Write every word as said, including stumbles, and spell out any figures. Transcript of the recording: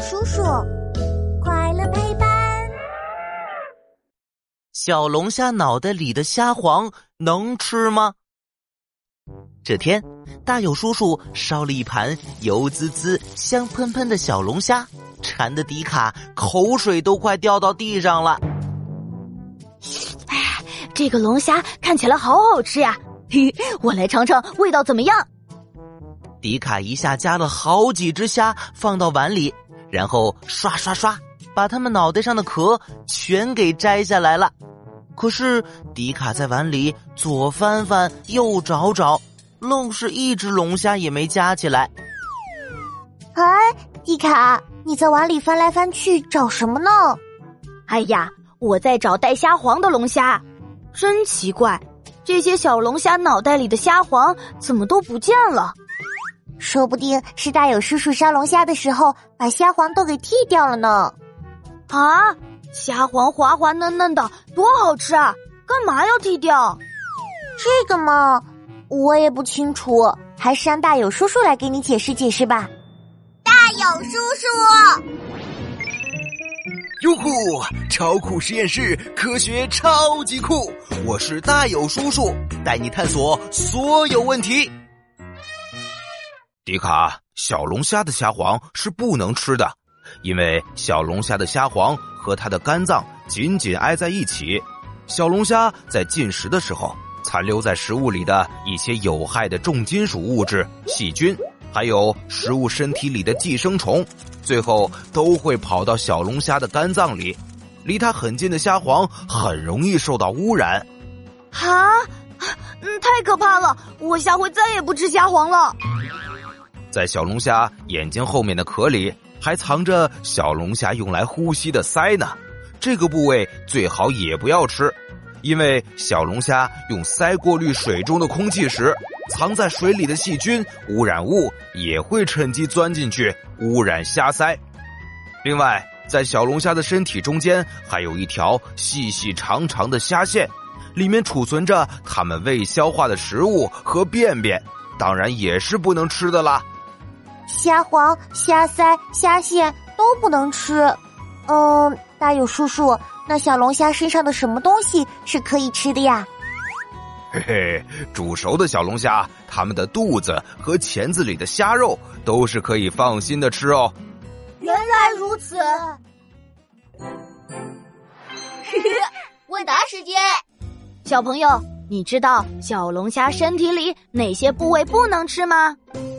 叔叔，快乐陪伴。 小龙虾脑袋里的虾黄能吃吗？这天，大友叔叔烧了一盘油滋滋、香喷喷的小龙虾，馋得迪卡口水都快掉到地上了。 哎，这个龙虾看起来好好吃呀！嘿，我来尝尝味道怎么样。 迪卡一下夹了好几只虾放到碗里，然后刷刷刷把它们脑袋上的壳全给摘下来了。可是迪卡在碗里左翻翻右找找，愣是一只龙虾也没夹起来。 哎，迪卡，你在碗里翻来翻去找什么呢？ 哎呀，我在找带虾黄的龙虾。真奇怪，这些小龙虾脑袋里的虾黄怎么都不见了？ 说不定是大友叔叔烧龙虾的时候把虾黄都给剃掉了呢。 啊，虾黄滑滑嫩嫩的，多好吃啊！干嘛要剃掉？ 这个嘛，我也不清楚，还是让大友叔叔来给你解释解释吧。大友叔叔， 哟呼！超酷实验室，科学超级酷！我是大友叔叔，带你探索所有问题。 迪卡，小龙虾的虾黄是不能吃的，因为小龙虾的虾黄和它的肝脏紧紧挨在一起。小龙虾在进食的时候，残留在食物里的一些有害的重金属物质、细菌，还有食物身体里的寄生虫，最后都会跑到小龙虾的肝脏里。离它很近的虾黄很容易受到污染。 啊，嗯，太可怕了！我下回再也不吃虾黄了。 在小龙虾眼睛后面的壳里还藏着小龙虾用来呼吸的鳃呢，这个部位最好也不要吃，因为小龙虾用鳃过滤水中的空气时，藏在水里的细菌、污染物也会趁机钻进去污染虾鳃。另外，在小龙虾的身体中间还有一条细细长长的虾线，里面储存着它们未消化的食物和便便，当然也是不能吃的啦。 虾黄、虾鳃、虾线都不能吃。嗯，大友叔叔，那小龙虾身上的什么东西是可以吃的呀？ 嘿嘿，煮熟的小龙虾，它们的肚子和钳子里的虾肉都是可以放心的吃哦。 原来如此。 问答时间，小朋友，你知道小龙虾身体里哪些部位不能吃吗？